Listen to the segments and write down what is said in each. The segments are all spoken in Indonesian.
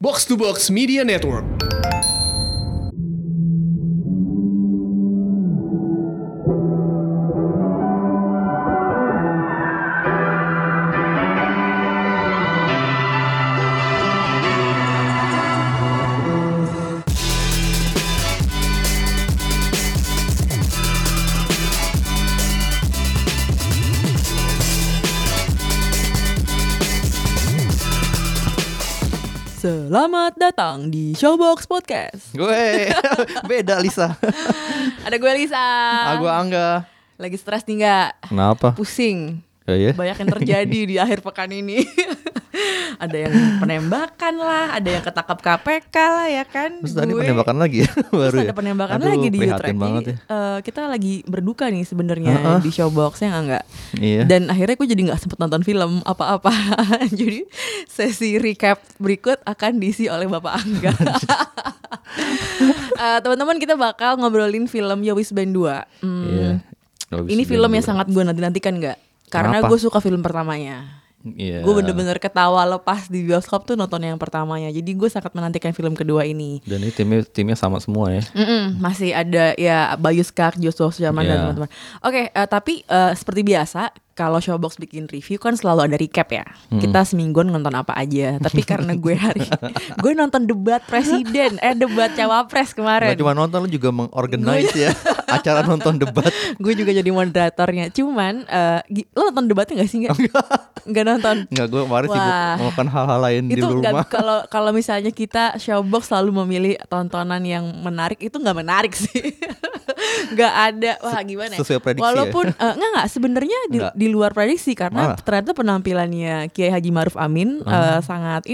Box to Box Media Network. Selamat datang di Showbox Podcast. Gue beda Lisa. Ada gue Lisa. Gue Angga. Lagi stres nih gak? Kenapa? Pusing. Oh, iya? Banyak yang terjadi di akhir pekan ini. Ada yang penembakan lah, ada yang ketangkap KPK lah ya kan. Terus tadi penembakan lagi ya? Baru Terus ya? ada penembakan Aduh, lagi di prihatin Utrecht. banget Jadi ya. kita lagi berduka nih sebenarnya di Showbox ya enggak? Iya. Dan akhirnya gue jadi gak sempet nonton film apa-apa. Jadi sesi recap berikut akan diisi oleh Bapak Angga. Teman-teman, kita bakal ngobrolin film Yowis Band 2. Iya. Ini film yang sangat gue nanti-nantikan gak? Karena Kenapa? gue suka film pertamanya. Iya. Gue bener-bener ketawa lepas di bioskop tuh nonton yang pertamanya. Jadi gue sangat menantikan film kedua ini. Dan ini timnya sama semua ya. Masih ada ya Bayu Skak, Joshua Sujarman dan Iya. teman-teman. Oke, tapi seperti biasa kalau Showbox bikin review kan selalu ada recap ya. Kita semingguan nonton apa aja. Tapi karena gue nonton debat presiden, debat cawapres kemarin. Gak cuma nonton, lu juga mengorganize ya acara nonton debat. Gue juga jadi moderatornya. Cuman lo nonton debatnya gak sih? Nggak nonton. Enggak, gue kemarin sibuk Wah. melakukan hal-hal lain di Itu rumah. kalau misalnya kita Showbox selalu memilih tontonan yang menarik, itu nggak menarik sih. Nggak ada. Wah, gimana ya? Sesuai prediksi Walaupun nggak sebenarnya Nggak. di luar prediksi, karena Malah. ternyata penampilannya Kiai Haji Maruf Amin sangat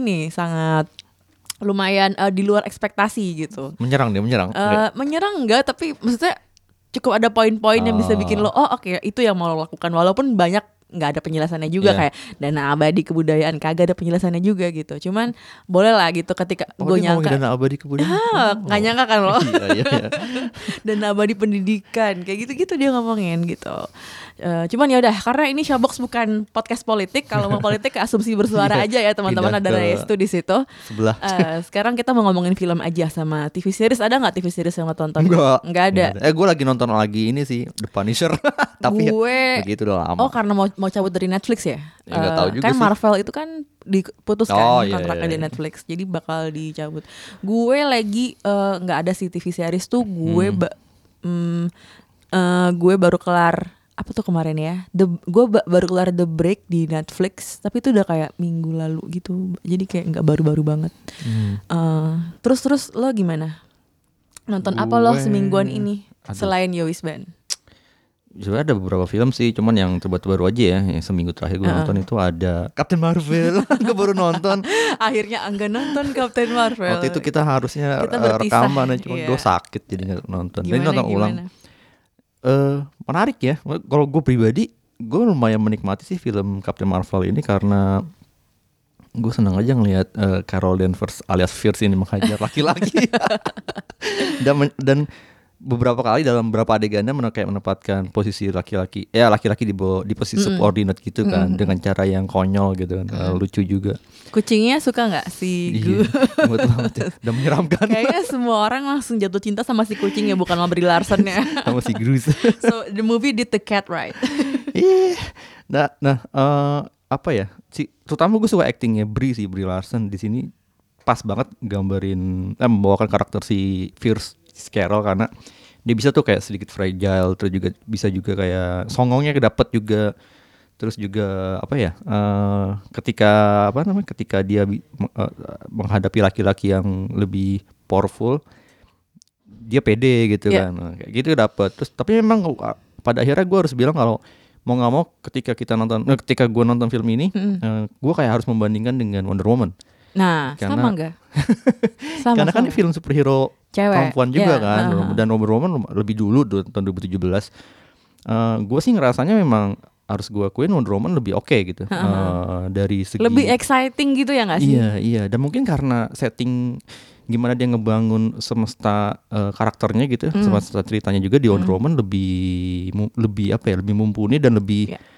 lumayan di luar ekspektasi gitu. Menyerang. Menyerang enggak, tapi maksudnya cukup ada poin-poin yang bisa bikin lo oke, itu yang mau lo lakukan, walaupun banyak nggak ada penjelasannya juga. Iya. Kayak dana abadi kebudayaan kagak ada penjelasannya juga gitu. Cuman boleh lah gitu ketika gue dia ngomongin nyangka dana abadi kebudayaan. nggak nyangka kan lo. Iya. Dana abadi pendidikan kayak gitu dia ngomongin gitu. Cuman ya udah, karena ini Showbox bukan podcast politik. Kalau mau politik asumsi bersuara aja ya teman-teman. Pindah Ada ke Restu di situ. Sebelah. Sekarang kita mau ngomongin film aja sama TV series. Ada nggak TV series yang lo tonton? Nggak ada. Gue lagi nonton lagi ini sih, The Punisher. Tapi Gue- ya begitu udah lama. Oh, karena mau cabut dari Netflix ya? Ya, nggak tahu juga kan sih. Marvel itu kan diputuskan Oh, iya, kontraknya iya. di Netflix, jadi bakal dicabut. Gue lagi nggak ada sih TV series tuh. Gue gue baru kelar apa tuh kemarin ya? Gue baru kelar The Break di Netflix, tapi itu udah kayak minggu lalu gitu. Jadi kayak nggak baru-baru banget. Terus lo gimana? Nonton apa lo Gue- semingguan ini Aduh. selain Yowis Band? Sebenarnya ada beberapa film sih, cuman yang terbaru aja ya, yang seminggu terakhir gue nonton itu ada Captain Marvel. Gue baru nonton. Akhirnya Angga nonton Captain Marvel. Waktu itu kita harusnya Kita berpisah, rekaman ya, cuman iya. gue sakit jadi nggak nonton. Jadi nonton Gimana? ulang. Menarik ya. Kalau gue pribadi, gue lumayan menikmati sih film Captain Marvel ini karena gue senang aja ngelihat Carol Danvers alias Fierce ini menghajar laki-laki. dan beberapa kali dalam beberapa adegannya kayak menempatkan posisi laki-laki di posisi subordinate gitu kan, dengan cara yang konyol gitu kan. Lucu juga. Kucingnya suka nggak si Gu? Imut banget ya. Udah menyeramkan. Kayaknya semua orang langsung jatuh cinta sama si kucing ya, bukan sama Brie Larson ya. Sama si Gruz. So the movie did the cat right. Iya. Apa ya? Terutama gue suka actingnya Brie Larson di sini, pas banget gambarin membawakan karakter si Fierce Carol, karena dia bisa tuh kayak sedikit fragile, terus juga bisa juga kayak songongnya kedapet juga. Terus juga apa ya? Ketika dia menghadapi laki-laki yang lebih powerful, dia pede gitu Yeah. kan. Nah, kayak gitu dapet. Terus tapi memang pada akhirnya gue harus bilang kalau mau nggak mau ketika gue nonton film ini, gue kayak harus membandingkan dengan Wonder Woman. Nah, Karena- sama nggak? Sama. Karena kan ini film superhero Cewek. perempuan juga Iya, kan. Dan Wonder Woman lebih dulu tahun 2017. Gue sih ngerasanya memang harus gue akuin Wonder Woman lebih oke gitu. Dari segi lebih exciting gitu ya nggak sih? Iya. Dan mungkin karena setting gimana dia ngebangun semesta karakternya gitu, semesta ceritanya juga di Wonder Woman lebih mumpuni dan lebih Iya.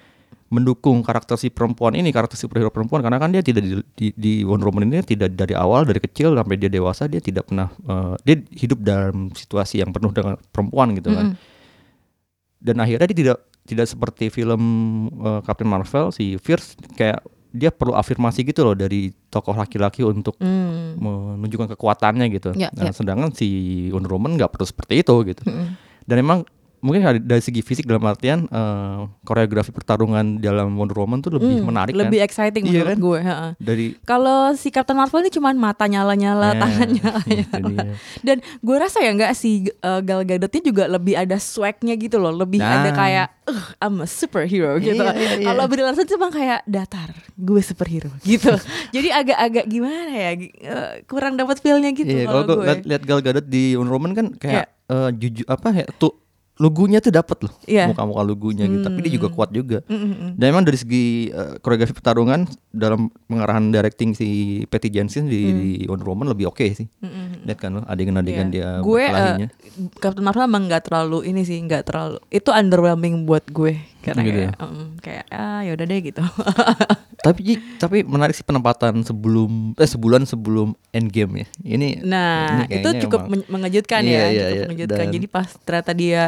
mendukung karakter si perempuan ini, karakter superhero perempuan, karena kan dia tidak di Wonder Woman ini tidak dari awal, dari kecil sampai dia dewasa dia tidak pernah dia hidup dalam situasi yang penuh dengan perempuan gitu kan. Dan akhirnya dia tidak seperti film Captain Marvel si Fierce, kayak dia perlu afirmasi gitu loh dari tokoh laki-laki untuk menunjukkan kekuatannya gitu. Nah, sedangkan si Wonder Woman nggak perlu seperti itu gitu. Dan emang mungkin dari segi fisik dalam artian koreografi pertarungan dalam Wonder Woman tuh lebih menarik, lebih kan? exciting Iya menurut kan? gue. Dari kalau si Captain Marvel ini cuman mata nyala-nyala, tangan nyala-nyala. Dan gue rasa ya nggak, si Gal Gadotnya juga lebih ada swagnya gitu loh, lebih ada kayak I'm a superhero gitu. Kalau Brie Larson cuma kayak datar, gue superhero gitu. Jadi agak-agak gimana ya, kurang dapat feel-nya gitu. Kalau gue lihat Gal Gadot di Wonder Woman kan kayak jujur apa ya tuh, lugunya tuh dapat loh, muka-muka lugunya gitu. Tapi dia juga kuat juga. Dan emang dari segi koreografi pertarungan dalam pengarahan directing si Patty Jenkins di Wonder Woman lebih oke sih. Lihat kan lo adegan-adegan dia berkelahinya. Captain Marvel emang nggak terlalu ini sih, nggak terlalu, itu underwhelming buat gue karena gitu kayak ya udah deh gitu. Tapi menarik sih penempatan sebulan sebelum Endgame ya. Ini itu cukup mengejutkan ya, cukup mengejutkan. Jadi pas ternyata dia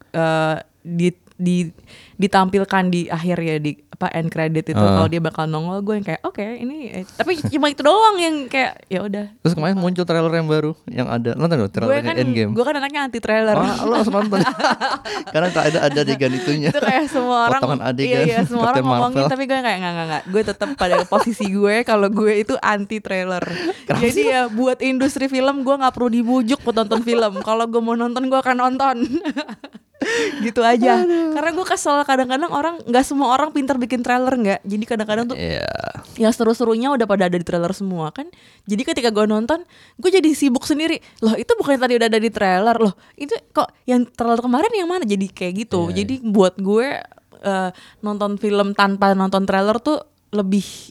ditampilkan di akhir ya, di end credit itu kalau dia bakal nongol, gue yang kayak oke, ini tapi cuma itu doang yang kayak ya udah. Terus kemarin muncul trailer yang baru yang ada, nonton loh trailer Endgame. Gue kan anaknya anti trailer. Lo harus nonton. Karena ada adegan itunya. Itu kayak semua orang potongan adegan. Iya, semua orang ngomongin, tapi gue kayak enggak. Gue tetap pada posisi gue kalau gue itu anti trailer. Jadi ya buat industri film gue nggak perlu dibujuk buat nonton film. Kalau gue mau nonton gue akan nonton. Gitu aja. Karena gue kesel kadang-kadang nggak semua orang pintar bikin trailer nggak. Jadi kadang-kadang tuh yang seru-serunya udah pada ada di trailer semua kan. Jadi ketika gue nonton, gue jadi sibuk sendiri. Loh itu bukan tadi udah ada di trailer, loh itu kok yang trailer kemarin yang mana? Jadi kayak gitu. Jadi buat gue nonton film tanpa nonton trailer tuh lebih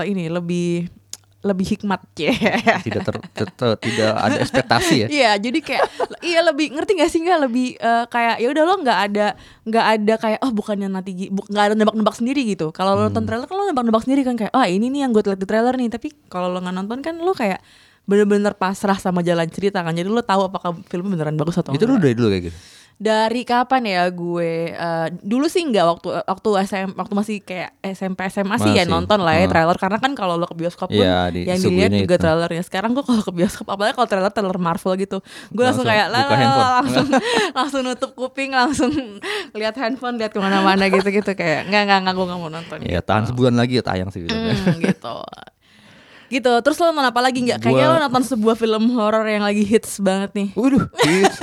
hikmat ya. Tidak ada ekspektasi ya. Iya, jadi kayak lebih ngerti nggak sih, nggak lebih kayak ya udah lo nggak ada kayak bukannya nanti nggak ada nebak-nebak sendiri gitu. Kalau lo nonton trailer kan lo nebak-nebak sendiri kan, kayak ini nih yang gue lihat di trailer nih. Tapi kalau lo nggak nonton kan lo kayak bener-bener pasrah sama jalan cerita kan. Jadi lo tahu apakah film beneran bagus atau enggak. Itu lo dari dulu kayak gitu. Dari kapan ya gue dulu sih enggak, waktu masih kayak SMP SMA sih ya nonton lah ya trailer, karena kan kalau lo ke bioskop pun yang dilihat juga trailernya. Sekarang gue kalau ke bioskop, apalagi kalau trailer Marvel gitu, gue langsung kayak langsung nutup kuping, langsung lihat handphone, lihat kemana-mana gitu kayak nggak gue nggak mau nonton. Ya tahan sebulan lagi ya tayang sih filmnya. Gitu. Terus lo nonton apa lagi nggak? Kayaknya lo nonton sebuah film horor yang lagi hits banget nih. Waduh, hits.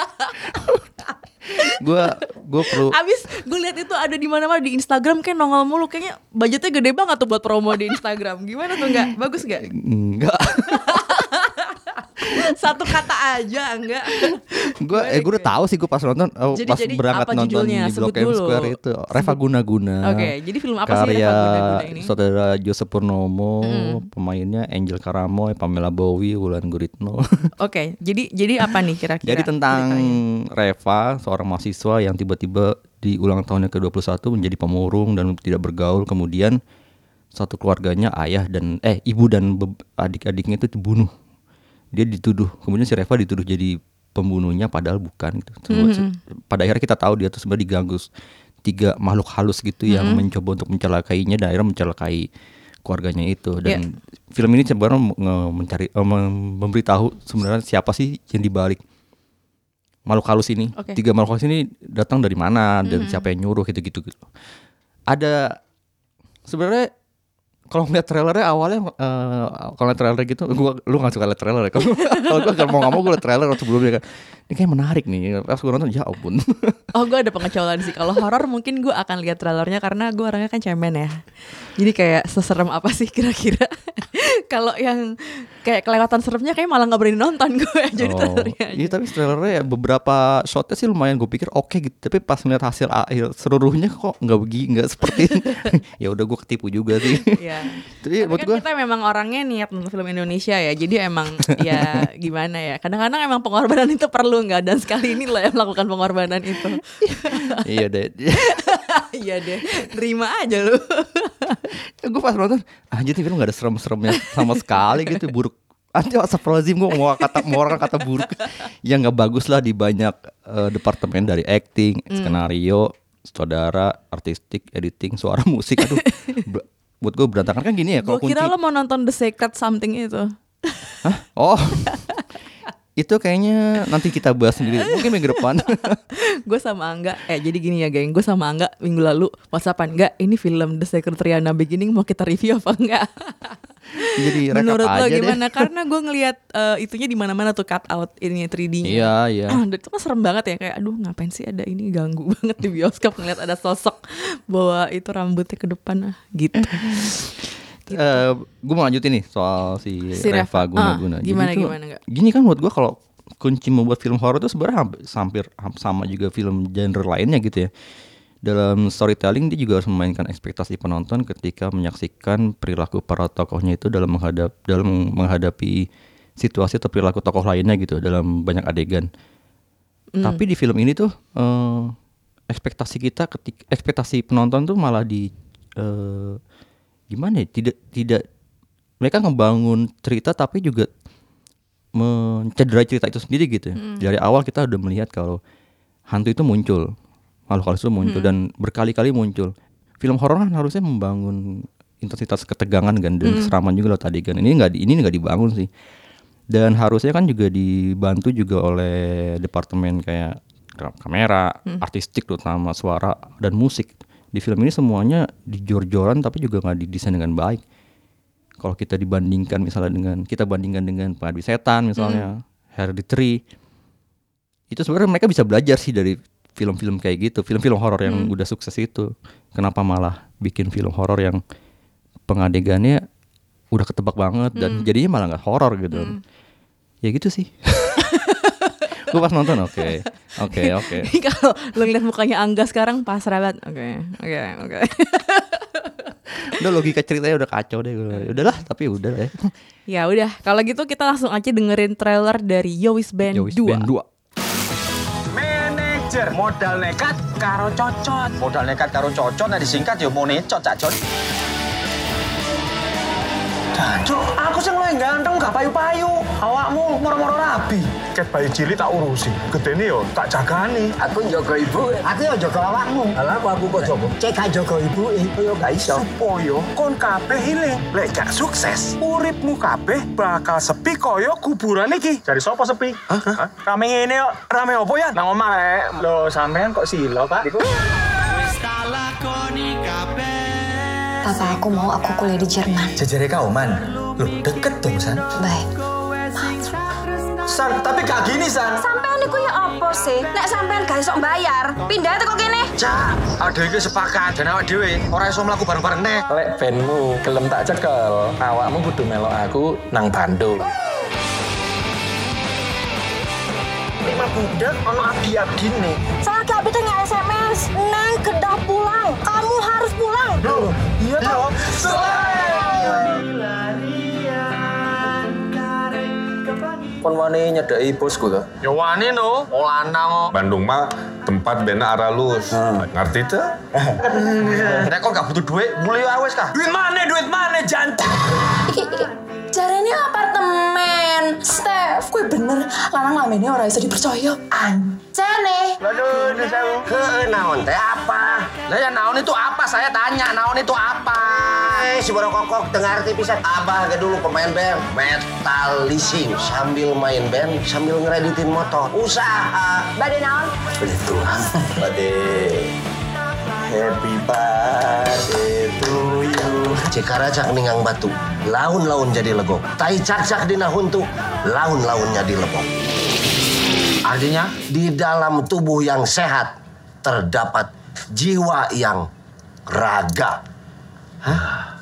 gue perlu. Abis gue lihat itu ada di mana-mana di Instagram, kayak nongol mulu, kayaknya budgetnya gede banget tuh buat promo di Instagram. Gimana tuh, nggak bagus nggak? Enggak. Satu kata aja enggak. Gue udah tahu sih, gue pas nonton pas berangkat nonton di Blok M Square itu Reva Guna-Guna. Jadi film apa sih Reva Guna-Guna ini? Saudara Joseph Purnomo, pemainnya Angel Karamoy, Pamela Bowie, Wulan Guritno. Jadi apa nih kira-kira? Jadi tentang Reva, seorang mahasiswa yang tiba-tiba di ulang tahunnya ke-21 menjadi pemurung dan tidak bergaul. Kemudian satu keluarganya, ibu dan adik-adiknya itu dibunuh. Dia dituduh, kemudian si Reva dituduh jadi pembunuhnya, padahal bukan gitu. Pada akhirnya kita tahu dia tuh sebenarnya diganggu 3 makhluk halus gitu yang mencoba untuk mencelakainya dan akhirnya mencelakai keluarganya itu. Dan film ini sebenarnya memberitahu sebenarnya siapa sih yang dibalik makhluk halus ini. 3 makhluk halus ini datang dari mana dan siapa yang nyuruh gitu. Ada sebenarnya kalau ngeliat trailernya awalnya, kalau ngeliat trailer gitu, lu nggak suka liat trailer ya? Kalau gue mau nggak mau gue liat trailer sebelumnya kan, ini kayak menarik nih. Pas gue nonton, ya ampun. Gue ada pengecualian sih. Kalau horor mungkin gue akan lihat trailernya karena gue orangnya kan cemen ya. Jadi kayak seserem apa sih kira-kira? Kalau yang kayak kelewatan seremnya kayak malah nggak berani nonton gue. Jadi trailernya. Iya, tapi trailernya ya beberapa shotnya sih lumayan gue pikir oke gitu. Tapi pas ngeliat hasil akhir seluruhnya kok nggak seperti. Ya udah gue ketipu juga sih. Iya. Tapi kan kita memang orangnya niat nonton film Indonesia ya. Jadi emang ya gimana ya. Kadang-kadang emang pengorbanan itu perlu nggak? Dan sekali ini lo yang melakukan pengorbanan itu. Iya deh. Iya deh, terima aja lu. Gue pas nonton, anjir nih film gak ada serem-seremnya sama sekali gitu, buruk. Anjir astagfirullahaladzim, gue mau orang kata buruk. Ya gak bagus lah di banyak departemen dari acting, skenario, sutradara, artistik, editing, suara, musik. Aduh, buat gue berantakan kan gini ya. Gue kira lo mau nonton The Secret Something itu. Hah? Oh, itu kayaknya nanti kita bahas sendiri. Mungkin minggu depan. Gue sama Angga, jadi gini ya geng, gue sama Angga minggu lalu WhatsAppan, enggak ini film The Secretariana Beginning mau kita review apa enggak? Jadi menurut rekap lo aja gimana? deh. Karena gue ngelihat itunya di mana-mana tuh cut out ini 3D-nya. Iya. Dan itu kan serem banget ya, kayak aduh ngapain sih ada ini, ganggu banget di bioskop ngeliat ada sosok bawa itu rambutnya ke depan gitu. Gue mau lanjutin nih soal si Reva Guna-Guna. Gimana Jadi tuh, gimana enggak? Gini kan buat gue kalau kunci membuat film horor itu sebenarnya hampir sama juga film genre lainnya gitu ya. Dalam storytelling dia juga harus memainkan ekspektasi penonton ketika menyaksikan perilaku para tokohnya itu dalam menghadapi situasi atau perilaku tokoh lainnya gitu dalam banyak adegan. Tapi di film ini tuh ekspektasi penonton tuh malah gimana ya? Tidak mereka ngebangun cerita tapi juga mencederai cerita itu sendiri gitu. Dari awal kita udah melihat kalau hantu itu muncul, makhluk halus itu muncul dan berkali-kali muncul. Film horor kan harusnya membangun intensitas ketegangan kan dan keseraman juga loh tadi kan. Ini nggak dibangun sih. Dan harusnya kan juga dibantu juga oleh departemen kayak kamera, artistik terutama suara dan musik. Di film ini semuanya dijor-joran tapi juga nggak didesain dengan baik. Kalau kita bandingkan dengan Pengabdi Setan misalnya, Hereditary, itu sebenarnya mereka bisa belajar sih dari film-film kayak gitu, film-film horor yang udah sukses itu. Kenapa malah bikin film horor yang pengadegannya udah ketebak banget dan jadinya malah nggak horor gitu. Ya gitu sih. Gue pas nonton oke. Kalau lo ngeliat mukanya Angga sekarang pasrah banget. Oke. Udah logika ceritanya udah kacau deh. Udahlah, tapi udah ya. Ya udah, kalau gitu kita langsung aja dengerin trailer dari Yowis Band 2. Manajer modal nekat karo cocot. Modal nekat karo cocot nah disingkat ya mau necot Cak Jon. Cuk, aku sing luwih ganteng gak payu-payu. Awakmu moro-moro rabi. Ket bayi cilik tak urusi. Gedene yo tak jagani. Aku njogo ibu, aku yo njogo awakmu. Lah aku kok jogo. Cek gak njogo ibu, yo gak iso. Supaya kon kabeh hiling. Lek gak sukses, uripmu kabeh bakal sepi koyo kuburan iki. Dari sapa sepi? Hah? Rame ngene yo, rame opo ya? Nang omah rek. Lho, sampean kok silo, Pak? Papa aku mau aku kuliah di Jerman. Jejere kauman. Loh, deket dong, San. Baik. San, tapi gak gini, San. Sampean niku ya apa sih? Nek sampean gak iso bayar, pindah teko kene. Cak, ada iki sepakat dan awak dhewe ora iso mlaku bareng-bareng neh. Lek bandmu gelem tak cekel, awakmu kudu melok aku nang Bandung. Lima budak ono abdi-abdine. Selagi abi tuh nggak SMS, Neng kedah pulang. Kamu harus pulang. Loh, iya toh. Kon wani nyedaki bosku to. Ya wani no, lanang. Bandung mah tempat bena aralus. Ngerti tuh? Nek kok gak butuh duit, mulai wis kah? Duit mana jantan. Jarene apartemen. Steph, gue bener lanang lamene ora iso dipercaya. Ancene. Waduh, sewu. Naon teh apa? Lah ya naon itu apa? Saya tanya, naon itu apa? Si Boro Kokok dengar arti pisan. Abah ge dulu pemain band, metal leasing, sambil main band, sambil ngereditin motor. Usaha. Bade naon? Betul. Bade. Happy birthday to you. Cikaracak ningang batu, laun-laun jadi legok. Tai cacak dina huntu, laun-laun jadi lebok. Artinya, di dalam tubuh yang sehat terdapat jiwa yang raga. Hah?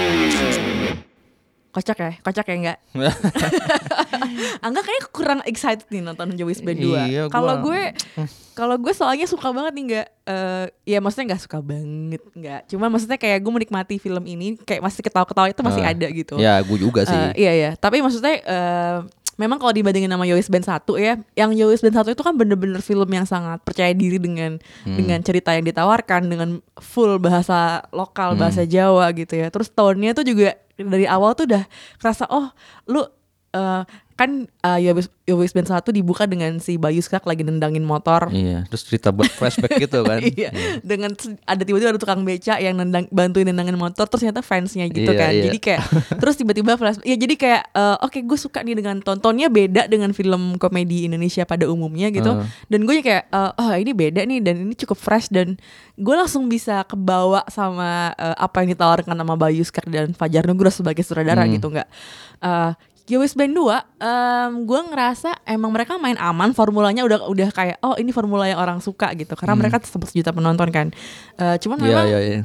Kocak ya enggak? Angga kayaknya kurang excited nih nonton Yowis Band 2. Iya, Kalau gue soalnya suka banget nih enggak, ya maksudnya nggak suka banget enggak. Cuma maksudnya kayak gue menikmati film ini kayak masih ketawa-ketawa itu masih ada gitu. Ya gue juga sih. Iya. Tapi maksudnya memang kalau dibandingin sama Yowis Band 1 ya, yang Yowis Band 1 itu kan bener-bener film yang sangat percaya diri dengan cerita yang ditawarkan, dengan full bahasa lokal, bahasa Jawa gitu ya. Terus tone-nya tuh juga dari awal tuh udah kerasa, oh lu kan Yowis Band 1 dibuka dengan si Bayu Skak lagi nendangin motor. Iya, terus cerita flashback gitu kan. Iya. Dengan ada tiba-tiba ada tukang beca yang bantuin nendangin motor, terus ternyata fansnya gitu kan. Iya. Jadi kayak terus tiba-tiba flashback. Ya jadi kayak oke, gue suka nih dengan tontonnya beda dengan film komedi Indonesia pada umumnya gitu. Dan gue kayak ini beda nih dan ini cukup fresh, dan gue langsung bisa kebawa sama apa yang ditawarkan sama Bayu Skak dan Fajar Nugroho sebagai sutradara gitu, nggak Yowis Band 2, gue ngerasa emang mereka main aman, formulanya udah kayak ini formula yang orang suka gitu, karena mereka sempat sejuta penonton kan. Cuman memang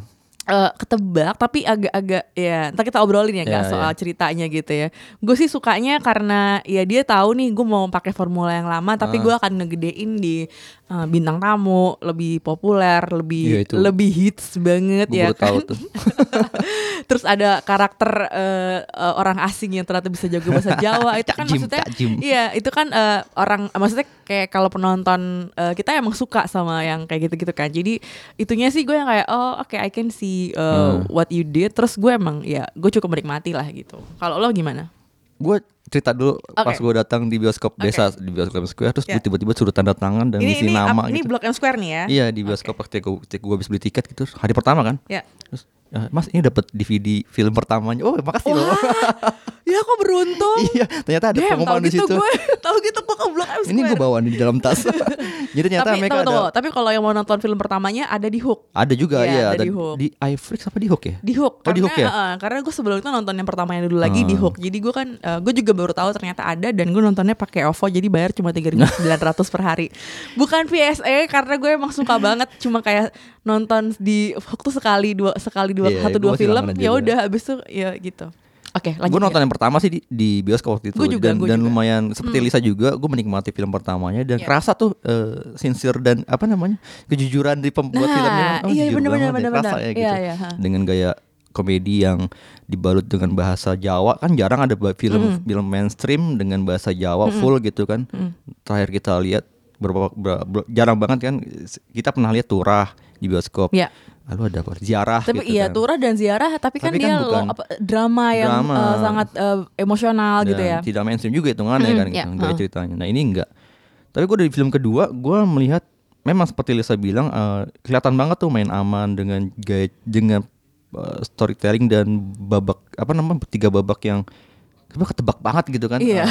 ketebak, tapi agak ya ntar kita obrolin ya nggak soal ceritanya gitu ya. Gue sih sukanya karena ya dia tahu nih gue mau pakai formula yang lama, tapi gue akan ngegedein di bintang tamu lebih populer, lebih hits banget Gua ya baru tahu kan. tuh. Terus ada karakter orang asing yang ternyata bisa jago bahasa Jawa. Itu kan maksudnya Cak Jim. iya, itu kan maksudnya kayak kalau penonton kita emang suka sama yang kayak gitu-gitu kan. Jadi itunya sih gue yang kayak oke, I can see what you did. Terus gue emang ya gue cukup menikmati lah gitu. Kalau lo gimana? Gue cerita dulu pas gue datang di bioskop desa, di bioskop Square, terus gue tiba-tiba suruh tanda tangan dan ngisi nama ini gitu. Blok M Square nih ya? Iya, di bioskop ketika gue habis beli tiket gitu, hari pertama kan. Ya. Terus Mas ini dapat DVD film pertamanya. Oh makasih loh. Ya kok beruntung. Iya, ternyata ada pengumuman di situ. Tahu gitu gue ke Blok M Square. Ini gue bawa di dalam tas. Jadi ternyata mereka ada. Tapi kalau yang mau nonton film pertamanya ada di Hook. Ada juga Iya, ya, ada ada di Hook. di iFlix apa di Hook ya? Di Hook. Oh, di Hook ya? Karena gue sebelum itu nonton yang pertamanya dulu lagi di Hook. Jadi gue kan gue juga baru tahu ternyata ada, dan gue nontonnya pakai OVO, jadi bayar cuma 3.900 per hari. Bukan VSA, karena gue emang suka banget cuma kayak nonton di Hook tuh sekali dua Iya, satu dua gua masih film langganan ya juga. udah habis itu ya gitu. Oke, lanjut. Gue nonton yang pertama sih di bioskop waktu itu. Gua juga. Dan lumayan seperti Lisa juga, gue menikmati film pertamanya dan kerasa tuh sincere dan apa namanya, kejujuran di pembuat filmnya. Iya, Jujur bener. banget ya, kerasa ya gitu. Iya, Dengan gaya komedi yang dibalut dengan bahasa Jawa, kan jarang ada film mainstream dengan bahasa Jawa full gitu kan. Terakhir kita lihat jarang banget kan, kita pernah lihat Turah di bioskop. Iya. Lalu ada apa? Ziarah Tapi gitu iya, kan. Turah dan Ziarah, tapi kan dia bukan drama yang sangat emosional gitu ya. Dan tidak mainstream juga hitungannya kan gitu, gaya ceritanya. Nah ini enggak. Tapi gue dari film kedua gue melihat memang seperti Lisa bilang kelihatan banget tuh main aman dengan gaya, dengan storytelling dan babak 3 babak yang ketebak banget gitu kan. Iya.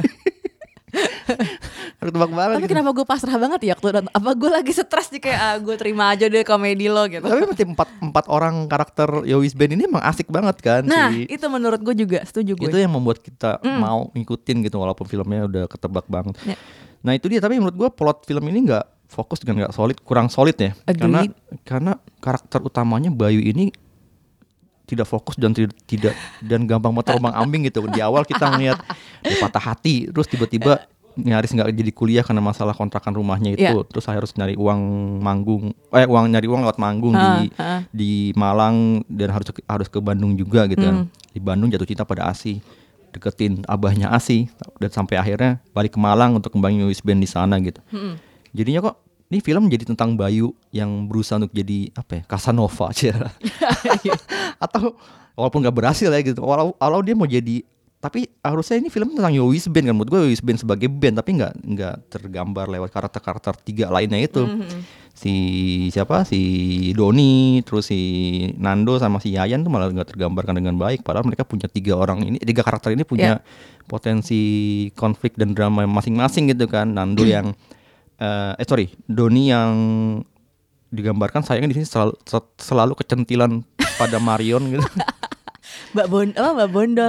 Ketebak banget. Tapi gitu. kenapa gue pasrah banget ya waktu nonton? Apa gue lagi stres nih kayak gue terima aja deh komedi lo gitu. Tapi berarti empat orang karakter Yowis Band ini emang asik banget kan. Nah itu menurut gue juga, setuju gue. Itu yang membuat kita mau ngikutin gitu walaupun filmnya udah ketebak banget. Ya. Nah itu dia, tapi menurut gue plot film ini nggak fokus dan nggak solid, kurang solid ya. Agreed. Karena karakter utamanya Bayu ini tidak fokus dan tidak dan gampang terombang-ambing gitu. Di awal kita ngeliat dia patah hati, terus tiba-tiba nyaris nggak jadi kuliah karena masalah kontrakan rumahnya itu. Terus harus nyari uang nyari uang lewat manggung di Malang, dan harus ke Bandung juga gitu kan. Di Bandung jatuh cinta pada Asi, deketin abahnya Asi, dan sampai akhirnya balik ke Malang untuk kembali Yowis Band di sana gitu. Jadinya kok ini film jadi tentang Bayu yang berusaha untuk jadi Casanova aja. Atau walaupun nggak berhasil ya gitu. Walau dia mau jadi, tapi harusnya ini film tentang Yowis Band kan. Menurut gue Yowis Band sebagai band, tapi nggak tergambar lewat karakter-karakter 3 lainnya itu. Si Doni, terus si Nando sama si Yayan tuh malah nggak tergambarkan dengan baik. Padahal mereka punya 3 karakter ini punya potensi konflik dan drama masing-masing gitu kan. Nando yang Doni yang digambarkan sayangnya di sini selalu kecentilan pada Marion gitu. Mbak Bondol.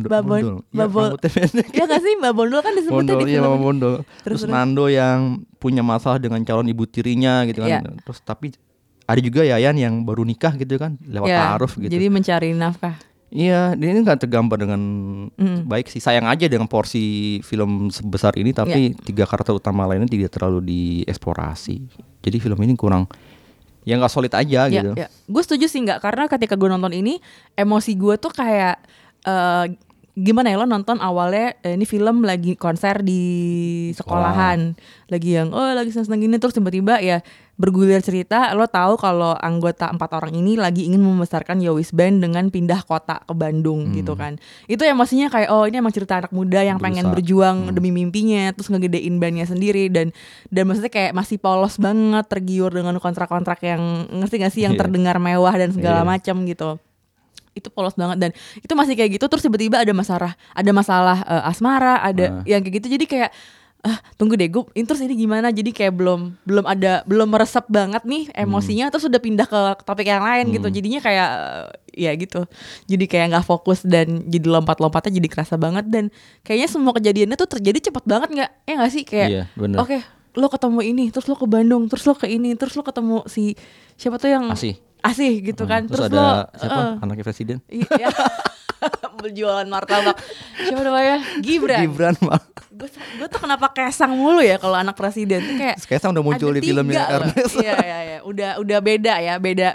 Ya nggak sih, Mbak Bondol kan disebutnya di film. Mbak Bondol. Terus Terus. Nando yang punya masalah dengan calon ibu tirinya gitu kan. Terus tapi ada juga Yayan yang baru nikah gitu kan, lewat ta'aruf gitu. Jadi mencari nafkah. Iya, ini nggak tergambar dengan baik sih. Sayang aja dengan porsi film sebesar ini, tapi 3 karakter utama lainnya tidak terlalu dieksplorasi. Jadi film ini kurang, ya nggak solid aja gitu. Gue setuju sih, nggak, karena ketika gue nonton ini emosi gue tuh kayak gimana ya lo nonton awalnya ini film lagi konser di sekolahan, lagi yang lagi seneng gini, terus tiba-tiba ya bergulir cerita, lo tahu kalau anggota 4 orang ini lagi ingin membesarkan Yowis Band dengan pindah kota ke Bandung gitu kan. Itu emosinya kayak ini emang cerita anak muda yang pengen berjuang demi mimpinya, terus ngegedein bandnya sendiri dan maksudnya kayak masih polos banget, tergiur dengan kontrak-kontrak yang ngerti gak sih yang terdengar mewah dan segala macam gitu. Itu polos banget dan itu masih kayak gitu, terus tiba-tiba ada masalah asmara, ada yang kayak gitu, jadi kayak tunggu deh gue terus ini gimana, jadi kayak belum meresap banget nih emosinya, terus udah pindah ke topik yang lain gitu, jadinya kayak ya gitu, jadi kayak nggak fokus dan jadi lompat-lompatnya jadi kerasa banget, dan kayaknya semua kejadiannya tuh terjadi cepet banget nggak sih kayak oke, lo ketemu ini, terus lo ke Bandung, terus lo ke ini, terus lo ketemu si siapa tuh yang Asih gitu kan, terus ada siapa anaknya presiden? Iya. Berjualan martabak. Siapa namanya? Gibran mah. Gue tuh kenapa Kaisang mulu ya kalau anak presiden tuh kayak. Kaisang udah muncul di filmnya Ernest. Iya. Udah beda ya, beda.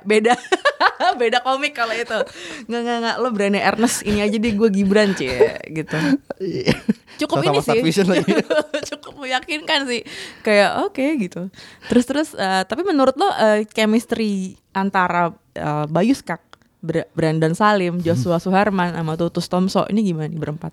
Beda komik kalau itu. Enggak, lo brandnya Ernest, ini aja deh gue Gibran gitu. Cukup ini sih. Cukup meyakinkan sih. Kayak oke gitu. Terus tapi menurut lo chemistry antara Bayu Skak, Brandon Salim, Joshua Suherman sama Tutus Tomso ini gimana nih berempat?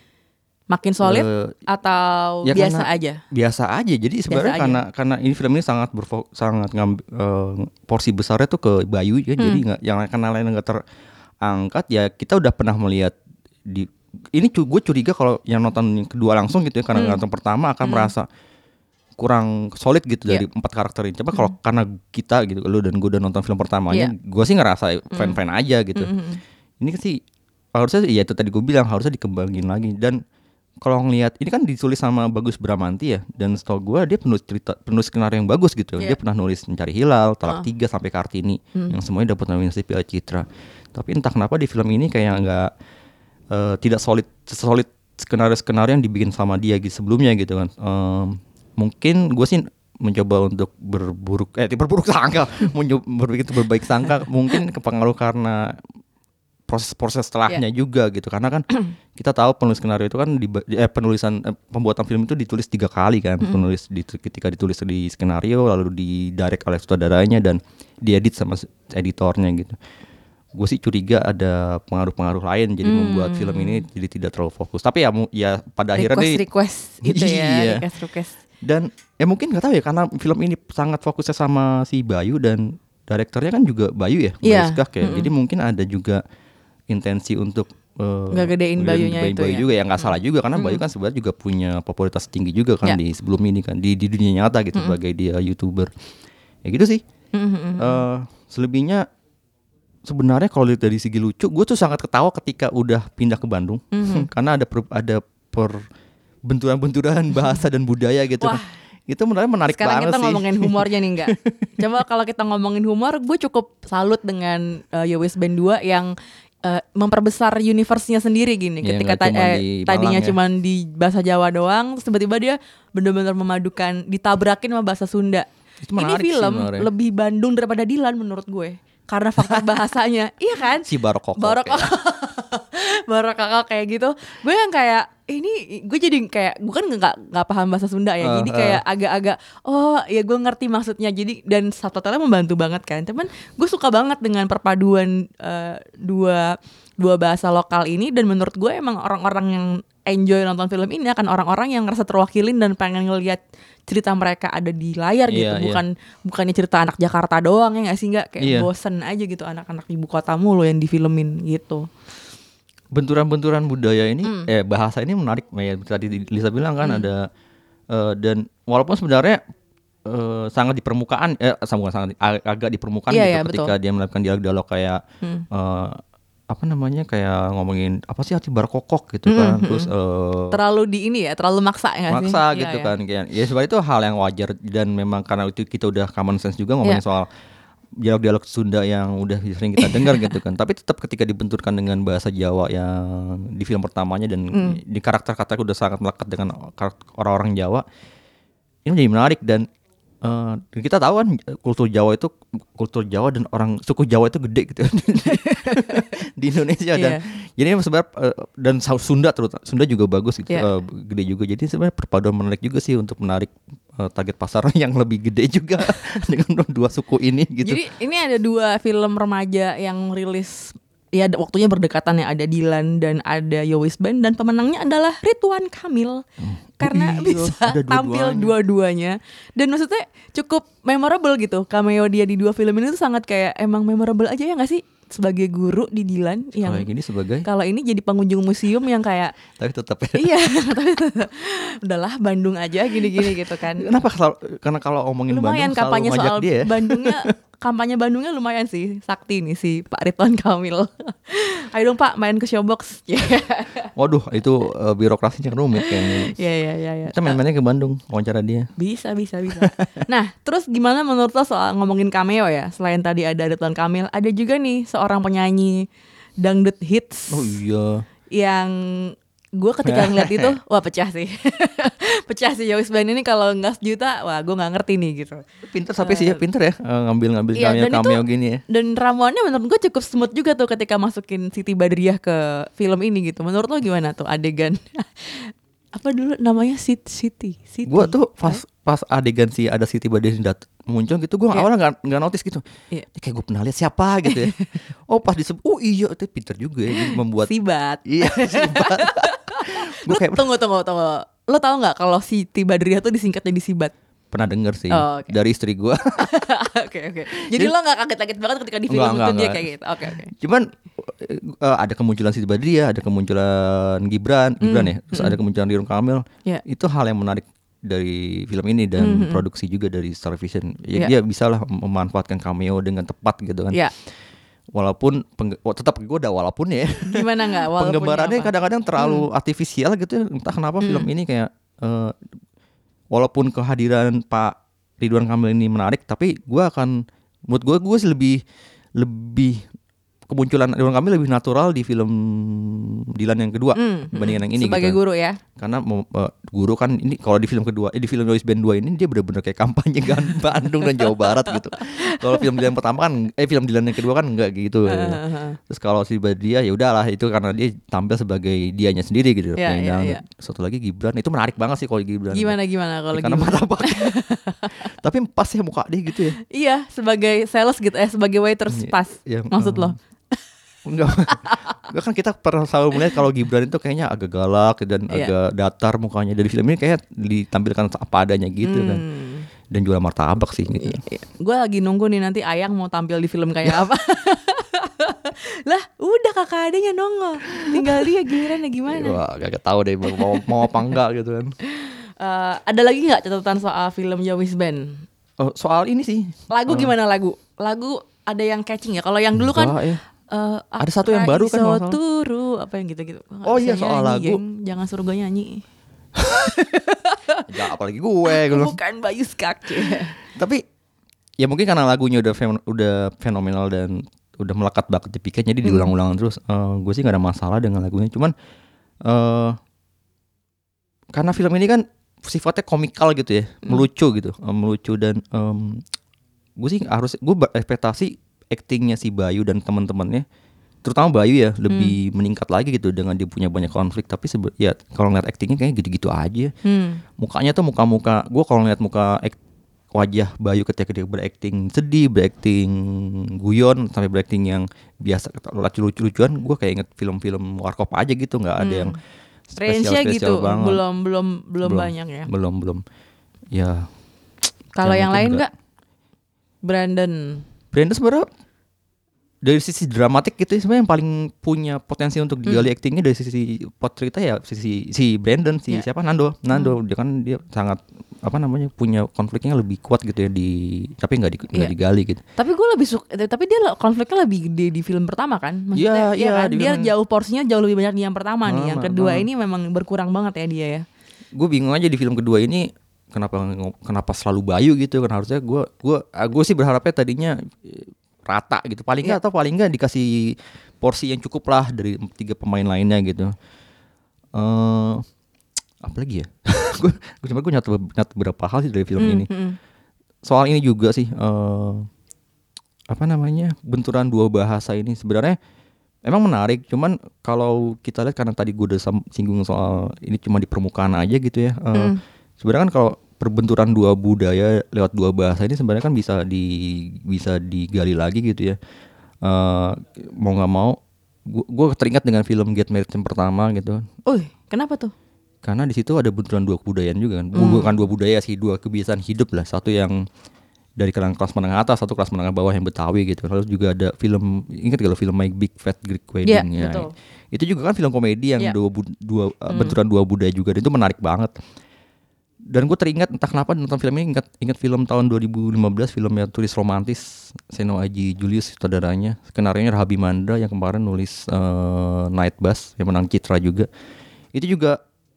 Makin solid atau ya biasa aja? Biasa aja. Jadi sebenarnya karena ini film ini sangat ngambil porsi besarnya tuh ke Bayu ya. Jadi nggak yang lain nggak terangkat ya. Kita udah pernah melihat di ini gue curiga kalau yang nonton yang kedua langsung gitu ya, karena nonton pertama akan merasa kurang solid gitu dari 4 karakter ini. Coba kalau karena kita gitu, lu dan gue udah nonton film pertamanya, gue sih ngerasa fan-fan aja gitu. Ini sih harusnya ya itu tadi gue bilang harusnya dikembangin lagi. Dan kalau ngelihat ini kan ditulis sama Bagus Bramanti ya, dan setahu gue dia penulis skenario yang bagus gitu. Dia pernah nulis Mencari Hilal, Talak 3 sampai Kartini yang semuanya dapat nominasi Piala Citra. Tapi entah kenapa di film ini kayak nggak tidak solid skenario yang dibikin sama dia gitu sebelumnya gitu kan. Mungkin gue sih mencoba untuk berburuk sangka, berpikir berbaik sangka, mungkin kepengaruh karena proses setelahnya juga gitu, karena kan kita tahu penulis skenario itu kan pembuatan film itu ditulis 3 kali kan, ketika ditulis di skenario lalu didirect oleh sutradaranya dan diedit sama editornya gitu. Gue sih curiga ada pengaruh-pengaruh lain jadi membuat film ini jadi tidak terlalu fokus. Tapi ya pada akhirnya request itu ya, request. Dan ya mungkin nggak tahu ya karena film ini sangat fokusnya sama si Bayu dan direkturnya kan juga Bayu ya, Bayu Skak ya. Jadi mungkin ada juga intensi untuk nggak gedein Bayunya itu Bayu juga ya, nggak salah juga karena Bayu kan sebenarnya juga punya popularitas tinggi juga kan di sebelum ini kan di dunia nyata gitu sebagai dia YouTuber. Ya gitu sih. Selebihnya sebenarnya kalau lihat dari segi lucu, gue tuh sangat ketawa ketika udah pindah ke Bandung karena ada benturan bahasa dan budaya gitu. Wah, kan. Itu menarik sekarang banget sih. Sekarang kita ngomongin humornya nih enggak? Coba kalau kita ngomongin humor, gue cukup salut dengan Yowis Band 2 yang memperbesar universe-nya sendiri gini. Ya, ketika tadinya cuma di bahasa Jawa doang, terus tiba-tiba dia benar-benar memadukan, ditabrakin sama bahasa Sunda. Ini film sih, lebih Bandung daripada Dilan menurut gue. Karena faktor bahasanya, iya kan? Si Barokok kayak gitu. Gue yang kayak ini, gue jadi kayak gue kan nggak paham bahasa Sunda ya, jadi kayak agak-agak ya gue ngerti maksudnya. Jadi dan subtitlenya membantu banget kan. Cuman gue suka banget dengan perpaduan dua bahasa lokal ini, dan menurut gue emang orang-orang yang enjoy nonton film ini akan orang-orang yang ngerasa terwakilin dan pengen ngelihat cerita mereka ada di layar gitu, bukannya cerita anak Jakarta doang ya nggak sih, nggak kayak bosen aja gitu anak-anak ibu kota mulu yang difilmin gitu. Benturan-benturan budaya ini, bahasa ini menarik, ya tadi Lisa bilang kan ada dan walaupun sebenarnya sangat di permukaan, agak di permukaan gitu ketika betul. Dia melakukan dialog-dialog kayak apa namanya kayak ngomongin apa sih hati barkokok gitu kan, terus terlalu di ini ya, terlalu maksa nggak sih? Maksa gitu kan, kayak ya sebenarnya itu hal yang wajar dan memang karena itu kita udah common sense juga ngomongin soal dialog-dialog Sunda yang udah sering kita dengar gitu kan, tapi tetap ketika dibenturkan dengan bahasa Jawa yang di film pertamanya dan di karakter-karakter udah sangat melekat dengan orang-orang Jawa, ini menjadi menarik. Dan kita tahu kan kultur Jawa dan orang suku Jawa itu gede gitu di Indonesia, dan Jadi sebenarnya dan Sunda juga bagus gitu, Iya. gede juga. Jadi sebenarnya perpaduan menarik juga sih untuk menarik target pasar yang lebih gede juga dengan dua suku ini gitu. Jadi ini ada 2 film remaja yang rilis ya waktunya berdekatan ya, ada Dilan dan ada Yowis Band, dan pemenangnya adalah Ridwan Kamil karena iya, bisa ada tampil dua-duanya, dan maksudnya cukup memorable gitu. Cameo dia di 2 film ini tuh sangat kayak emang memorable aja ya nggak sih, sebagai guru di Dilan yang Kalau yang ini sebagai kalau ini jadi pengunjung museum yang kayak tapi tetap iya tapi udahlah Bandung aja gini-gini gitu kan. Kenapa karena kalau ngomongin Lumayan Bandung selalu kampanye ngajak soal dia ya. Bandungnya, kampanye Bandungnya lumayan sih, sakti nih si Pak Ridwan Kamil. Ayo dong Pak main ke Showbox. Waduh, itu birokrasinya rumit kayaknya. Ya. Kita main-mainnya ke Bandung, wawancara dia. Bisa. Nah, terus gimana menurut lo soal ngomongin cameo ya? Selain tadi ada Ridwan Kamil, ada juga nih seorang penyanyi dangdut hits Oh iya. yang gue ketika ngeliat itu, wah pecah sih. Pecah sih Yowis Band ini, kalau nggak sejuta, wah gue nggak ngerti nih gitu. Pinter tapi sih ya, pinter ya ngambil Iya, dan cameo itu- gini ya. Dan ramuannya menurut gue cukup smooth juga tuh ketika masukin Siti Badriah ke film ini gitu. Menurut lo gimana tuh adegan? Apa dulu namanya Siti? Gue tuh pas adegan si ada Siti Badriah muncul gitu, gue awalnya nggak notice gitu. Iya. Kayak gue pernah lihat siapa gitu ya. Oh pas disebut, oh iya itu pinter juga ya jadi membuat. Sibat. Iya Sibat. Gue kayak Tunggu. Lo tau nggak kalau Siti Badriah tuh disingkat jadi Sibat? pernah denger sih Oh, oke. dari istri gue. Oke. Jadi lo nggak kaget-kaget banget ketika di film Enggak, itu dia enggak. kayak gitu. Oke. Cuman ada kemunculan Siti Badriah, ada kemunculan Gibran ya, terus ada kemunculan Ridwan Kamil. Iya. Itu hal yang menarik dari film ini dan produksi juga dari Star Vision. Ya, Iya. dia bisa lah memanfaatkan cameo dengan tepat gitu kan. Ya. Walaupun tetap gue udah walaupun ya. Gimana nggak? Walaupunnya Penggambarannya apa? kadang-kadang terlalu artifisial gitu. Entah kenapa film ini kayak walaupun kehadiran Pak Ridwan Kamil ini menarik, tapi menurut gue sih lebih kemunculan Ridwan Kamil lebih natural di film Dilan yang kedua dibandingkan yang ini sebagai gitu. guru ya. Karena guru kan ini kalau di film kedua, di film Yowis Band 2 ini dia benar-benar kayak kampanye kan Bandung dan Jawa Barat gitu. Kalau film Dilan pertama kan film Dilan yang kedua kan enggak gitu. Terus kalau si Badriah ya udahlah itu karena dia tampil sebagai dianya sendiri gitu. Iya, Yang iya, dangdut. iya. Satu lagi Gibran, itu menarik banget sih kalau Gibran. Gimana kalau Ya, karena gimana? martabak. Tapi pas ya muka dia gitu ya. Iya, sebagai sales gitu sebagai waiters Iya, pas. iya, Maksud lo? Enggak kan kita pernah selalu melihat kalau Gibran itu kayaknya agak galak dan Iya. agak datar mukanya. Dari film ini kayak ditampilkan apa adanya gitu kan. Dan jual martabak sih gitu. Gue lagi nunggu nih nanti Ayang mau tampil di film kayak apa. Lah, udah kakak adanya nongol. Tinggal dia gilirannya gimana? Wah gak tahu deh mau apa enggak gitu kan. Ada lagi nggak catatan soal film Yowis Band? Oh, soal ini sih. Lagu gimana lagu? Lagu ada yang catching ya? Kalau yang dulu kan Enggak, ya. Ada satu yang baru kan, iso kalau nggak salah. turu apa yang gitu-gitu. Gua nggak Oh bisa iya, soal nyanyi, lagu. geng. Jangan suruh gue nyanyi. Ya, apalagi gue gitu. Bukan Bayu Skak. Tapi ya mungkin karena lagunya udah fenomenal dan udah melekat banget di pikiran jadi diulang-ulang terus. Gue sih gak ada masalah dengan lagunya. Cuman karena film ini kan sifatnya komikal gitu ya, melucu gitu, melucu dan gue sih gue berekspektasi actingnya si Bayu dan teman-temannya, terutama Bayu ya lebih meningkat lagi gitu dengan dia punya banyak konflik. Tapi ya kalau ngeliat actingnya kayaknya gitu-gitu aja. Mukanya tuh muka-muka gue kalau ngeliat wajah Bayu ketika dia berakting sedih, berakting guyon, sampai berakting yang biasa lucu-lucuan, gue kayak inget film-film Warkop aja gitu, nggak ada yang Range-nya gitu, banget. belum banyak ya. Belum. Ya. Kalau yang lain enggak. Brandon. Brandon sebenarnya dari sisi dramatik gitu sebenarnya yang paling punya potensi untuk digali actingnya. Dari sisi plot cerita ya si Brandon siapa Nando dia kan dia sangat punya konfliknya lebih kuat gitu ya tapi nggak digali gitu. Tapi gue lebih suka, tapi dia konfliknya lebih gede di film pertama kan? Maksudnya, Iya, kan? di Dia film- jauh porsinya jauh lebih banyak di yang pertama nih. Yang kedua ini memang berkurang banget ya dia ya. Gue bingung aja di film kedua ini kenapa selalu Bayu gitu kan. Harusnya gue sih berharapnya tadinya rata gitu paling nggak, atau paling nggak dikasih porsi yang cukup lah dari 3 pemain lainnya gitu. Apa lagi ya? gue nyatu beberapa hal sih dari film ini. Soal ini juga sih benturan dua bahasa ini sebenarnya Emang menarik, cuman kalau kita lihat karena tadi gue udah singgung soal ini cuma di permukaan aja gitu ya. Sebenarnya kan kalau perbenturan dua budaya lewat dua bahasa ini sebenarnya kan bisa digali lagi gitu ya. Mau nggak mau, gue teringat dengan film Get Married yang pertama gitu. Kenapa tuh? Karena di situ ada benturan dua kebudayaan juga kan. Bukan dua budaya sih, dua kebiasaan hidup lah. Satu yang dari kalangan kelas menengah atas, satu kelas menengah bawah yang Betawi gitu. Lalu juga ada film, ingat kalau film My Big Fat Greek Wedding ya. Betul. Itu juga kan film komedi yang benturan dua budaya juga. Dan itu menarik banget. Dan gue teringat entah kenapa nonton film ini ingat film tahun 2015, filmnya Turis Romantis, Seno Aji Julius saudaranya, skenarionya Rahabi Mandra yang kemarin nulis Night Bus yang menang Citra juga. Itu juga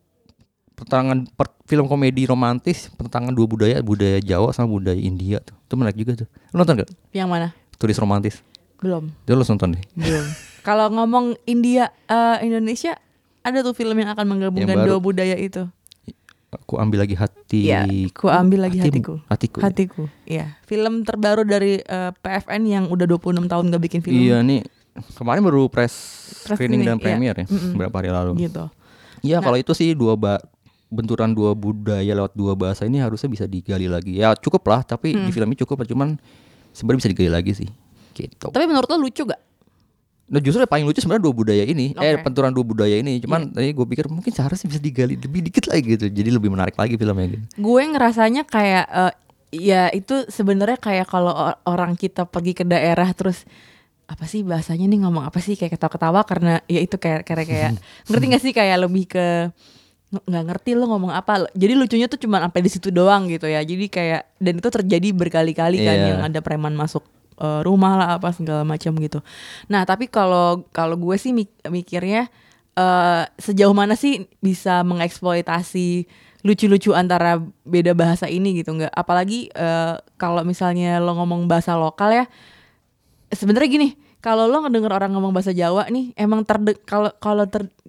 film komedi romantis pertentangan dua budaya Jawa sama budaya India tuh. Itu menarik juga tuh. Lu nonton gak? Yang mana? Turis Romantis. Belum. Dia lu nonton deh. Belum. Kalau ngomong Indonesia, ada tuh film yang akan menggabungkan dua budaya itu. Aku ambil lagi hati. Iya, aku ambil lagi hatiku. Hatiku. Iya. Film terbaru dari PFN yang udah 26 tahun gak bikin film. Iya nih. Kemarin baru press screening dan iya. premiere ya. Beberapa hari lalu. Gitu. Iya, kalau itu sih benturan dua budaya lewat dua bahasa ini harusnya bisa digali lagi. Ya cukup lah, tapi di film ini cukup, cuman sebenarnya bisa digali lagi sih. Gitu. Tapi menurut lo lucu gak? Nah justru yang paling lucu sebenarnya dua budaya ini, benturan dua budaya ini. Cuman Iya. tadi gue pikir mungkin seharusnya bisa digali lebih dikit lagi gitu. Jadi lebih menarik lagi filmnya gitu. Gue ngerasanya kayak ya itu sebenarnya kayak kalau orang kita pergi ke daerah terus apa sih bahasanya nih, ngomong apa sih, kayak ketawa-ketawa karena ya itu kayak ngerti gak sih, kayak lebih ke nggak ngerti lo ngomong apa. Jadi lucunya tuh cuma sampai di situ doang gitu ya. Jadi kayak, dan itu terjadi berkali-kali kan, yang ada preman masuk rumah lah apa segala macam gitu. Nah tapi kalau gue sih mikirnya sejauh mana sih bisa mengeksploitasi lucu-lucu antara beda bahasa ini gitu, nggak? Apalagi kalau misalnya lo ngomong bahasa lokal ya, sebenarnya gini, kalau lo ngedenger orang ngomong bahasa Jawa nih, emang kalau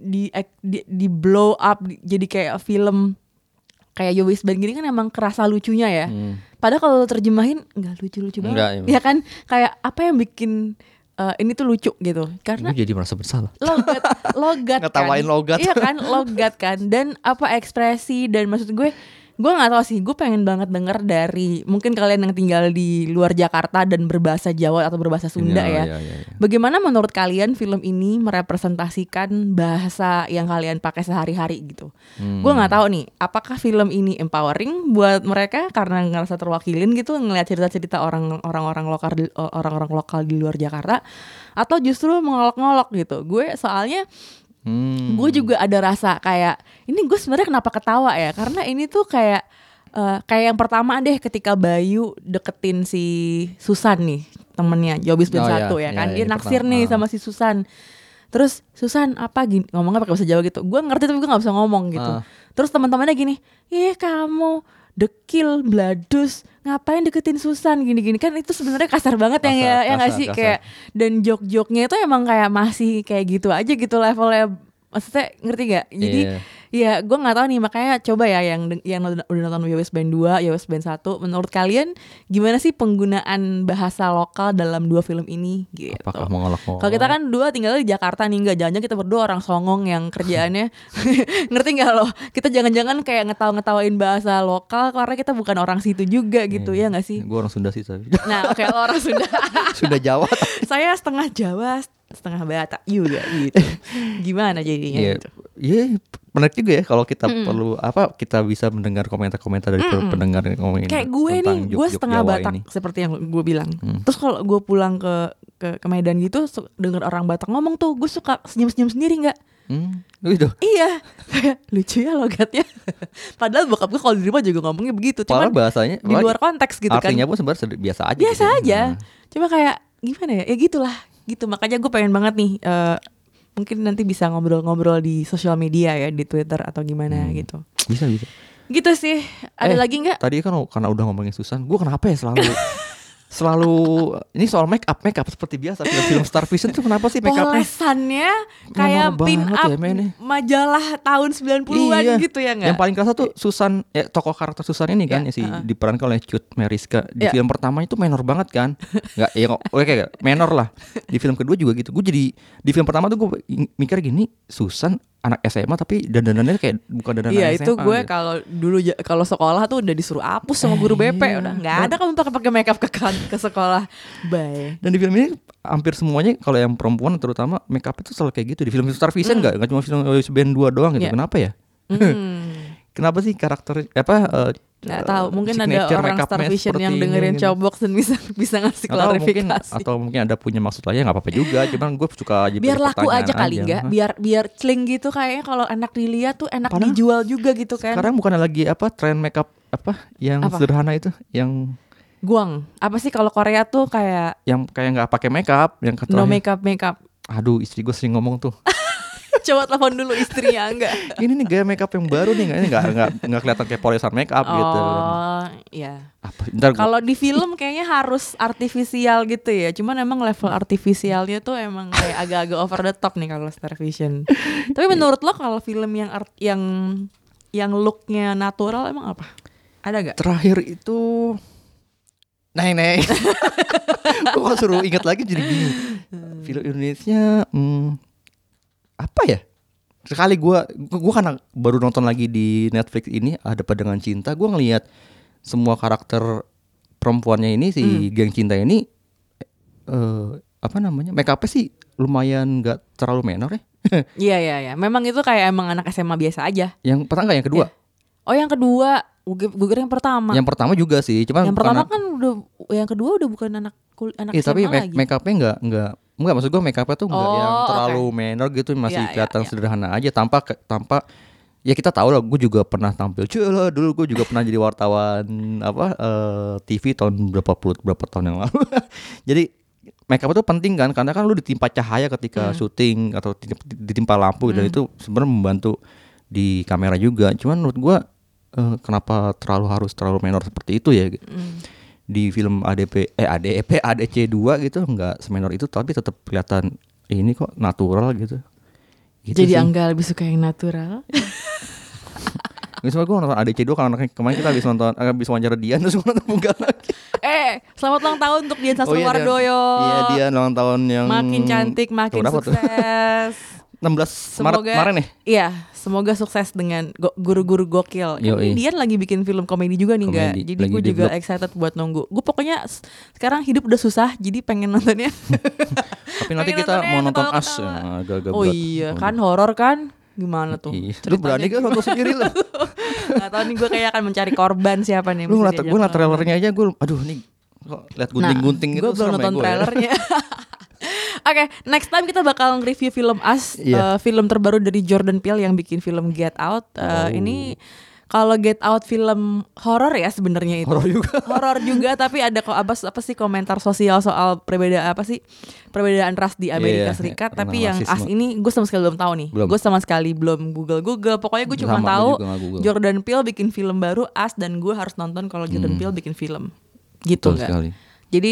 di blow up jadi kayak film kayak Yowis Band gini kan emang kerasa lucunya ya. Padahal kalau lo terjemahin nggak lucu-lucu banget. Enggak, ya kan, kayak apa yang bikin ini tuh lucu gitu. Karena gue jadi merasa bersalah. logat Ngetawain kan. logat. Iya kan, logat kan. Dan apa ekspresi, dan maksud gue nggak tahu sih, gue pengen banget denger dari mungkin kalian yang tinggal di luar Jakarta dan berbahasa Jawa atau berbahasa Sunda ya. Bagaimana menurut kalian film ini merepresentasikan bahasa yang kalian pakai sehari-hari gitu. Gue nggak tahu nih, apakah film ini empowering buat mereka karena ngerasa terwakilin gitu ngelihat cerita-cerita orang-orang lokal di luar Jakarta, atau justru mengolok-ngolok gitu. Gue soalnya gue juga ada rasa kayak ini gue sebenarnya kenapa ketawa ya, karena ini tuh kayak yang pertama deh ketika Bayu deketin si Susan nih, temennya Yobis Band 1 ya kan, dia naksir nih sama si Susan. Terus Susan apa gini, ngomongnya pakai bahasa Jawa gitu, gue ngerti tapi gue nggak bisa ngomong gitu. Terus teman-temannya gini, kamu dekil bladus ngapain deketin Susan gini-gini, kan itu sebenarnya kasar banget ya nggak sih, kayak, dan jok-joknya itu emang kayak masih kayak gitu aja gitu levelnya, maksudnya ngerti gak? Jadi ya gue nggak tahu nih, makanya coba ya yang udah nonton Yowis Band 2, Yowis Band 1, menurut kalian gimana sih penggunaan bahasa lokal dalam dua film ini gitu? Apakah mengolok-ngolok? Kalau kita kan dua tinggal di Jakarta nih, nggak, jangan kita berdua orang songong yang kerjaannya ngerti nggak loh? Kita jangan-jangan kayak ngetawain bahasa lokal karena kita bukan orang situ juga gitu, ya nggak sih? Gue orang Sunda sih tapi. Nah oke, lo orang Sunda. Sunda Jawa. Saya setengah Jawa, setengah Batak juga gitu. Gimana jadinya gitu? Iya, menarik juga ya kalau kita perlu kita bisa mendengar komentar-komentar dari pendengar ngomongin. Kayak gue nih, gue setengah Jawa Batak ini. seperti yang gue bilang. Terus kalau gue pulang ke Medan gitu, denger orang Batak ngomong tuh, gue suka senyum-senyum sendiri nggak? Gitu. Iya, kayak lucu ya logatnya. Padahal bokap gue kalau di rumah juga ngomongnya begitu, Padahal cuman bahasanya di luar konteks gitu kan. Artinya pun sebenarnya biasa aja. Biasa gitu. aja. Cuma kayak gimana ya? Ya gitulah. Gitu. Makanya gue pengen banget nih mungkin nanti bisa ngobrol-ngobrol di sosial media ya, di Twitter atau gimana gitu. Bisa. Gitu sih. Ada lagi nggak? Tadi kan karena udah ngomongin Susan, gue kenapa ya selalu selalu ini soal make up seperti biasa film Star Vision tuh kenapa sih make upnya Polesannya kayak menor pin banget up ya, men. majalah tahun 90-an Iya. gitu ya nggak? Yang paling kerasa tuh Susan, tokoh karakter Susan ini kan, yang diperankan oleh Cut Meyriska. Di film pertama itu menor banget kan, nggak ya oke menor lah. Di film kedua juga gitu. Gue jadi di film pertama tuh gue mikir gini, Susan anak SMA tapi dandanannya kayak bukan dandanan Iya SMA. itu gue gitu. kalau dulu kalau sekolah tuh udah disuruh hapus sama guru BP, udah nggak ada kamu pakai makeup ke sekolah. Bye. Dan di film ini hampir semuanya kalau yang perempuan terutama make up itu selalu kayak gitu. Di film Star Vision nggak cuma film Band 2 doang gitu. Iya. Kenapa ya? Kenapa sih karakter Nggak tahu, mungkin ada signature orang make-upnya Star Vision seperti yang ini dengerin gitu. Showbox dan bisa ngasih klarifikasi. Atau mungkin ada punya maksud lain, nggak apa-apa juga. Cuman gue suka aja Biar beri laku pertanyaan aja kali nggak? Biar cling gitu kayaknya kalau enak dilihat tuh enak Padahal dijual juga gitu kan. Sekarang bukan lagi tren makeup yang Apa? sederhana itu, yang Guang. Apa sih kalau Korea tuh kayak nggak pakai makeup, yang kata no makeup. Aduh, istri gue sering ngomong tuh. Coba telepon dulu istrinya enggak. Ini nih gaya makeup yang baru nih, ini nggak kelihatan kayak polesan makeup gitu. Oh, iya. Apa? Ntar gua- Kalau di film kayaknya harus artifisial gitu ya. Cuman emang level artifisialnya tuh emang kayak agak-agak over the top nih kalau Star Vision. Tapi menurut lo kalau film yang looknya natural emang apa? Ada gak? terakhir itu Neng. Gue suruh ingat lagi jadi bingung. Film Indonesia apa ya? Sekali gue karena baru nonton lagi di Netflix ini Ada Padangan Cinta, gue ngelihat semua karakter perempuannya ini si geng cinta ini make upnya sih lumayan nggak terlalu menor ya. Iya. Memang itu kayak emang anak SMA biasa aja. Yang pertama nggak, yang kedua? Oh yang kedua, gue kira yang pertama. Yang pertama juga sih, cuman Yang pertama karena- kan yang kedua udah bukan anak Iya, SMA tapi lagi. make upnya enggak maksud gue make upnya tuh enggak Oh, yang oke. terlalu menor gitu, masih Iya, kelihatan iya. sederhana aja tanpa ya kita tahu lah, gue juga pernah tampil lah dulu, gue juga pernah jadi wartawan TV tahun berapa tahun yang lalu. Jadi make up itu penting kan, karena kan lu ditimpa cahaya ketika syuting atau ditimpa lampu dan itu sebenarnya membantu di kamera juga. Cuman menurut gue kenapa harus terlalu menor seperti itu ya gitu. Di film ADC 2 gitu nggak semenor itu, tapi tetap kelihatan ini kok natural gitu. Jadi sih. Angga lebih suka yang natural. Misalnya gue nonton ADC 2 karena kemarin kita habis wawancara Dian terus gue nonton Bukan lagi. Selamat ulang tahun untuk Dian Sastrowardoyo. Iya, dia ulang tahun yang Makin cantik, makin berapa tuh? sukses. 16 Maret kemarin ya. Iya, semoga sukses dengan guru-guru gokil. Yoi. Dian lagi bikin film komedi juga nih, enggak? Komedi, Jadi lagi gue juga develop. excited buat nunggu. Gue pokoknya sekarang hidup udah susah, jadi pengen nontonnya. Tapi nanti Pengen kita nontonnya mau nonton ketawa-ketawa. As ya, agak-agak Oh berat. iya, kan horor kan? Gimana tuh? Iya. Lu berani kan nonton sendiri lu? Gak tau nih, gue kayak akan mencari korban siapa nih. Lu mesti ngeliat diajak gue nonton. trailernya aja gue aduh nih kok lihat gunting-gunting gitu Gue belum serem ya nonton gue ya. trailernya. Oke, next time kita bakal nge-review film Us, Iya. film terbaru dari Jordan Peele yang bikin film Get Out. Ini kalau Get Out film horor ya sebenarnya itu. Horor juga, tapi ada kok apa sih komentar sosial soal perbedaan ras di Amerika Iya, Serikat. tentang Tapi yang Us rasisme. ini gue sama sekali belum tahu nih. Belum. Gue sama sekali belum Google. Pokoknya gue cuma Sama, gue tahu juga nggak Google. Jordan Peele bikin film baru Us, dan gue harus nonton kalau Jordan Peele bikin film. Gitu Betul nggak? sekali. Jadi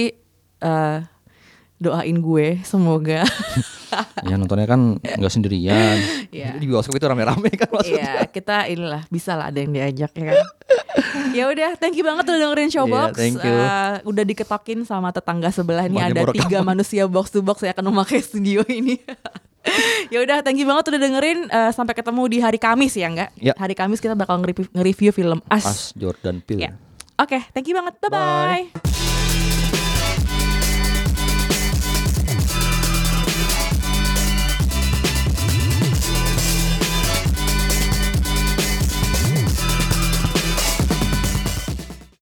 doain gue semoga Ya nontonnya kan nggak sendirian. Iya. Di bioskop itu rame-rame kan maksudnya. Iya, kita inilah bisa lah ada yang diajak ya kan. Ya udah, thank you banget udah dengerin Showbox. Iya, thank you. Udah diketokin sama tetangga sebelah nih, Banyak ada mau 3 rekaman. manusia box to box yang akan memakai studio ini. Ya udah, thank you banget udah dengerin. Sampai ketemu di hari Kamis ya enggak? Ya. Hari Kamis kita bakal nge-review film Us. As Jordan Peele. Ya. Oke, thank you banget. Bye bye.